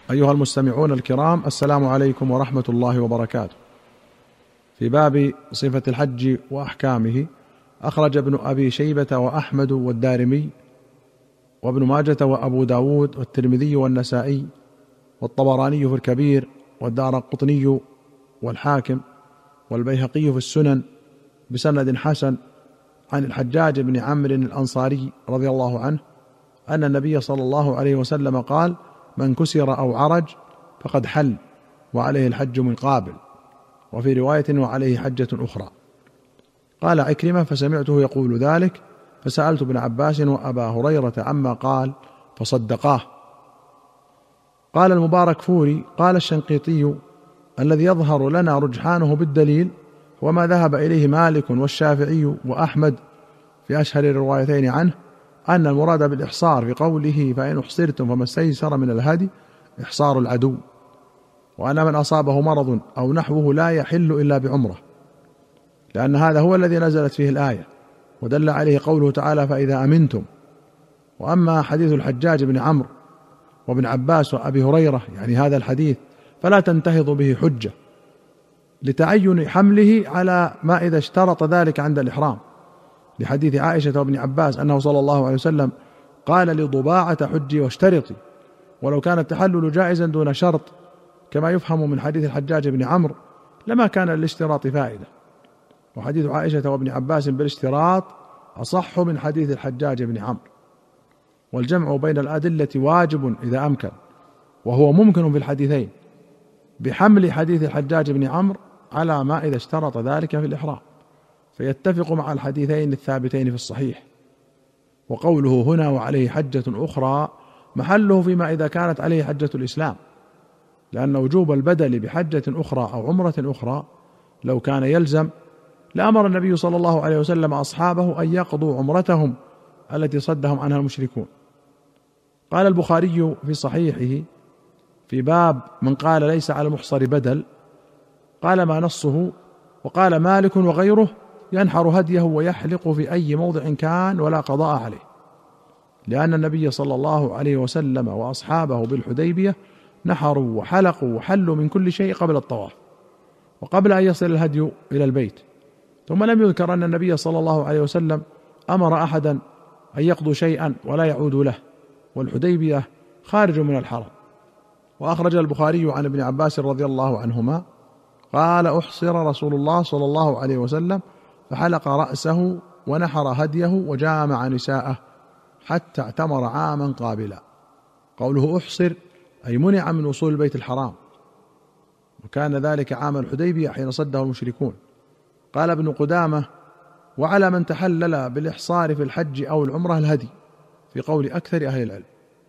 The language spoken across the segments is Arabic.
أيها المستمعون الكرام، السلام عليكم ورحمة الله وبركاته. في باب صفة الحج وأحكامه أخرج ابن أبي شيبة وأحمد والدارمي وابن ماجة وأبو داود والترمذي والنسائي والطبراني في الكبير والدارقطني والحاكم والبيهقي في السنن بسند حسن عن الحجاج بن عمرو الأنصاري رضي الله عنه أن النبي صلى الله عليه وسلم قال: من كسر أو عرج فقد حل وعليه الحج من قابل، وفي رواية وعليه حجة أخرى. قال عكرمة: فسمعته يقول ذلك فسألت ابن عباس وأبا هريرة عما قال فصدقاه. قال المبارك فوري: قال الشنقيطي: الذي يظهر لنا رجحانه بالدليل وما ذهب إليه مالك والشافعي وأحمد في أشهر الروايتين عنه أن المراد بالإحصار في قوله: فإن أحصرتم فما استيسر من الهدي إحصار العدو، وأن من أصابه مرض أو نحوه لا يحل إلا بعمرة، لأن هذا هو الذي نزلت فيه الآية ودل عليه قوله تعالى: فإذا أمنتم. وأما حديث الحجاج بن عمرو وابن عباس وأبي هريرة، يعني هذا الحديث، فلا تنتهض به حجة لتعين حمله على ما إذا اشترط ذلك عند الإحرام، لحديث عائشة وابن عباس أنه صلى الله عليه وسلم قال لضباعة: حجي واشترطي، ولو كان التحلل جائزا دون شرط كما يفهم من حديث الحجاج بن عمرو لما كان للاشتراط فائدة. وحديث عائشة وابن عباس بالاشتراط أصح من حديث الحجاج بن عمرو، والجمع بين الأدلة واجب إذا أمكن، وهو ممكن في الحديثين بحمل حديث الحجاج بن عمرو على ما إذا اشترط ذلك في الإحرام، فيتفق مع الحديثين الثابتين في الصحيح. وقوله هنا وعليه حجة أخرى محله فيما إذا كانت عليه حجة الإسلام، لأن وجوب البدل بحجة أخرى أو عمرة أخرى لو كان يلزم لأمر النبي صلى الله عليه وسلم أصحابه أن يقضوا عمرتهم التي صدهم عنها المشركون. قال البخاري في صحيحه في باب من قال ليس على المحصر بدل، قال ما نصه. وقال مالك وغيره: ينحر هديه ويحلق في أي موضع كان ولا قضاء عليه، لأن النبي صلى الله عليه وسلم وأصحابه بالحديبية نحروا وحلقوا وحلوا من كل شيء قبل الطواف وقبل أن يصل الهدي إلى البيت. ثم لم يذكر أن النبي صلى الله عليه وسلم أمر أحدا أن يقضوا شيئا ولا يعود له، والحديبية خارج من الحرم. وأخرج البخاري عن ابن عباس رضي الله عنهما قال: أحصر رسول الله صلى الله عليه وسلم فحلق رأسه ونحر هديه وجامع نساءه حتى اعتمر عاما قابلا. قوله أحصر أي منع من وصول البيت الحرام، وكان ذلك عام الحديبية حين صده المشركون. قال ابن قدامة: وعلى من تحلل بالإحصار في الحج أو العمرة الهدي، في قول أكثر أهل العلم،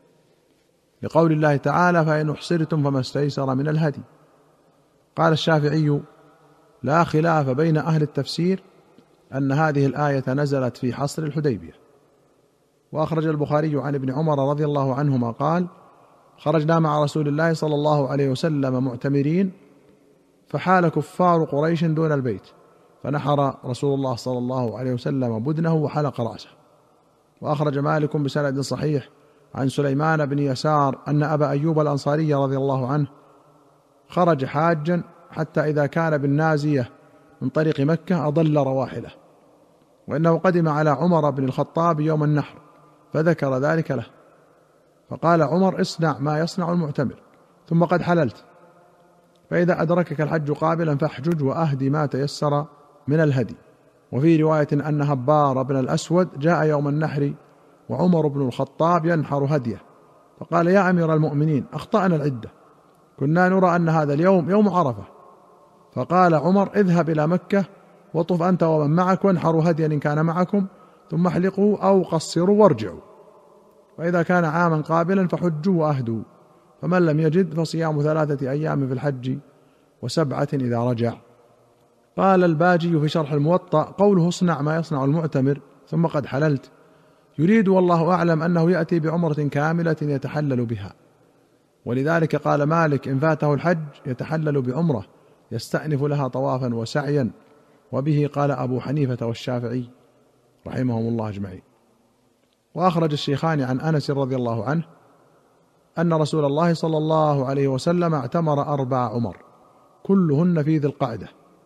لقول الله تعالى: فإن أحصرتم فما استيسر من الهدي. قال الشافعي: لا خلاف بين أهل التفسير أن هذه الآية نزلت في حصر الحديبية. وأخرج البخاري عن ابن عمر رضي الله عنهما قال: خرجنا مع رسول الله صلى الله عليه وسلم معتمرين، فحال كفار قريش دون البيت، فنحر رسول الله صلى الله عليه وسلم بدنه وحلق رأسه. وأخرج مالك بسند صحيح عن سليمان بن يسار أن أبا أيوب الأنصاري رضي الله عنه خرج حاجا حتى إذا كان بالنازية من طريق مكة أضل رواحله، وإنه قدم على عمر بن الخطاب يوم النحر فذكر ذلك له، فقال عمر: اصنع ما يصنع المعتمر، ثم قد حللت، فإذا أدركك الحج قابلا فاحجج وأهدي ما تيسر من الهدي. وفي رواية أن هبار بن الأسود جاء يوم النحر وعمر بن الخطاب ينحر هديه، فقال: يا أمير المؤمنين، أخطأنا العدة، كنا نرى أن هذا اليوم يوم عرفة. فقال عمر: اذهب إلى مكة وطف أنت ومن معك وانحروا هديا إن كان معكم، ثم احلقوا أو قصروا وارجعوا، وإذا كان عاما قابلا فحجوا وأهدوا، فمن لم يجد فصيام 3 أيام في الحج و7 إذا رجع. قال الباجي في شرح الموطأ: قوله اصنع ما يصنع المعتمر ثم قد حللت يريد والله أعلم أنه يأتي بعمرة كاملة يتحلل بها، ولذلك قال مالك: إن فاته الحج يتحلل بعمرة يستأنف لها طوافا وسعيا، وبه قال أبو حنيفة والشافعي رحمهم الله أجمعين. وأخرج الشيخان عن أنس رضي الله عنه أن رسول الله صلى الله عليه وسلم اعتمر 4 عمر كلهن في ذي القعدة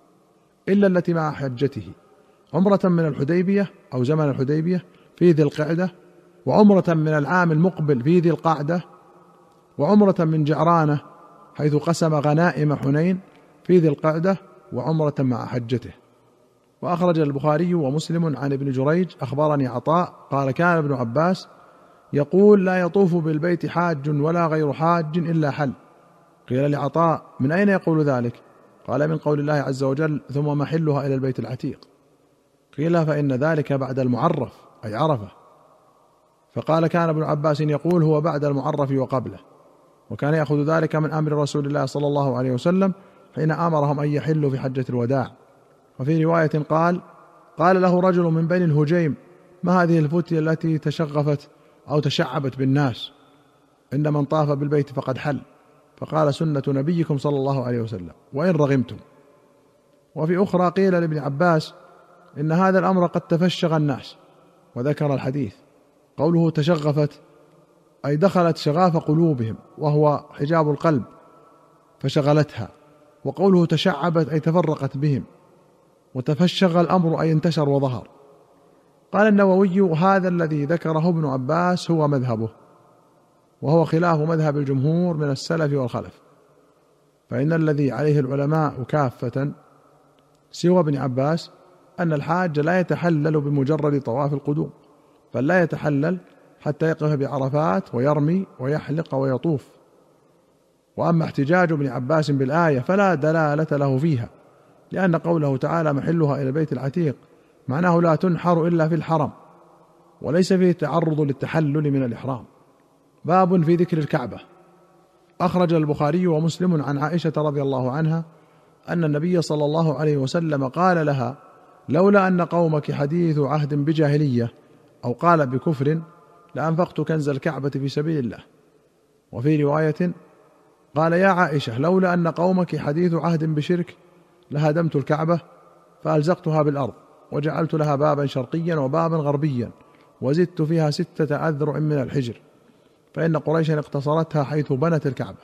إلا التي مع حجته، عمرة من الحديبية أو زمن الحديبية في ذي القعدة، وعمرة من العام المقبل في ذي القعدة، وعمرة من جعرانة حيث قسم غنائم حنين في ذي القعدة، وعمرة مع حجته. وأخرج البخاري ومسلم عن ابن جريج أخبرني عطاء قال كان ابن عباس يقول لا يطوف بالبيت حاج ولا غير حاج إلا حل. قيل لعطاء من أين يقول ذلك؟ قال من قول الله عز وجل ثم محلها إلى البيت العتيق. قيل فإن ذلك بعد المعرف أي عرفة. فقال كان ابن عباس يقول هو بعد المعرف وقبله، وكان يأخذ ذلك من أمر رسول الله صلى الله عليه وسلم حين أمرهم أن يحلوا في حجة الوداع. وفي رواية قال له رجل من بني الهجيم ما هذه الفتية التي تشغفت أو تشعبت بالناس؟ إن من طاف بالبيت فقد حل. فقال سنة نبيكم صلى الله عليه وسلم وإن رغمتم. وفي أخرى قيل لابن عباس إن هذا الأمر قد تفشغ الناس، وذكر الحديث. قوله تشغفت أي دخلت شغاف قلوبهم وهو حجاب القلب فشغلتها، وقوله تشعبت أي تفرقت بهم، وتفشغ الأمر أي انتشر وظهر. قال النووي هذا الذي ذكره ابن عباس هو مذهبه، وهو خلاف مذهب الجمهور من السلف والخلف، فإن الذي عليه العلماء كافة سوى ابن عباس أن الحاج لا يتحلل بمجرد طواف القدوم، بل لا يتحلل حتى يقف بعرفات ويرمي ويحلق ويطوف. وأما احتجاج ابن عباس بالآية فلا دلالة له فيها، لأن قوله تعالى محلها إلى البيت العتيق معناه لا تنحر إلا في الحرم، وليس فيه تعرض للتحلل من الإحرام. باب في ذكر الكعبة. أخرج البخاري ومسلم عن عائشة رضي الله عنها أن النبي صلى الله عليه وسلم قال لها لولا أن قومك حديث عهد بجاهلية أو قال بكفر لأنفقت كنز الكعبة في سبيل الله. وفي رواية قال يا عائشة لولا أن قومك حديث عهد بشرك لهدمت الكعبة فألزقتها بالأرض وجعلت لها بابا شرقيا وبابا غربيا وزدت فيها 6 أذرع من الحجر، فإن قريشا اقتصرتها حيث بنت الكعبة.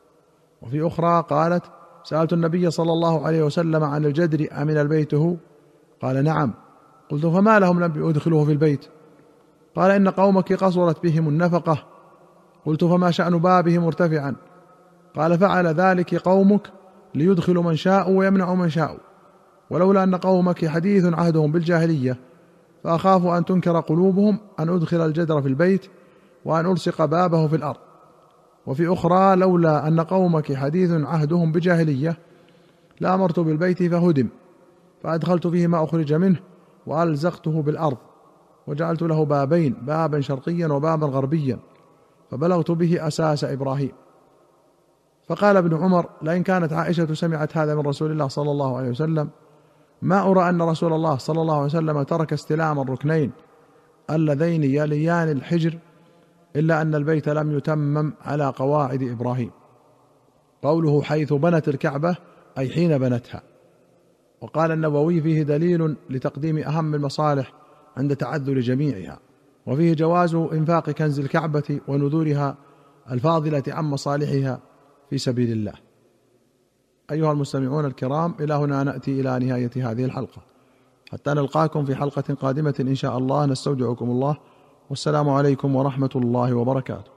وفي أخرى قالت سألت النبي صلى الله عليه وسلم عن الجدر أمن البيت هو؟ قال نعم. قلت فما لهم لم يدخلوه في البيت؟ قال إن قومك قصرت بهم النفقة. قلت فما شأن بابه مرتفعا؟ قال فعل ذلك قومك ليدخلوا من شاء ويمنعوا من شاء، ولولا أن قومك حديث عهدهم بالجاهلية فأخاف أن تنكر قلوبهم أن أدخل الجدر في البيت وأن ألصق بابه في الأرض. وفي أخرى لولا أن قومك حديث عهدهم بجاهلية لأمرت بالبيت فهدم فأدخلت فيه ما أخرج منه وألزقته بالأرض وجعلت له بابين، بابا شرقيا وبابا غربيا، فبلغت به أساس إبراهيم. فقال ابن عمر لئن كانت عائشة سمعت هذا من رسول الله صلى الله عليه وسلم ما أرى أن رسول الله صلى الله عليه وسلم ترك استلام الركنين اللذين يليان الحجر إلا أن البيت لم يتمم على قواعد إبراهيم. قوله حيث بنت الكعبة أي حين بنتها. وقال النووي فيه دليل لتقديم أهم المصالح عند تعذر جميعها، وفيه جواز إنفاق كنز الكعبة ونذورها الفاضلة عن مصالحها في سبيل الله. أيها المستمعون الكرام، إلى هنا نأتي إلى نهاية هذه الحلقة، حتى نلقاكم في حلقة قادمة إن شاء الله. نستودعكم الله، والسلام عليكم ورحمة الله وبركاته.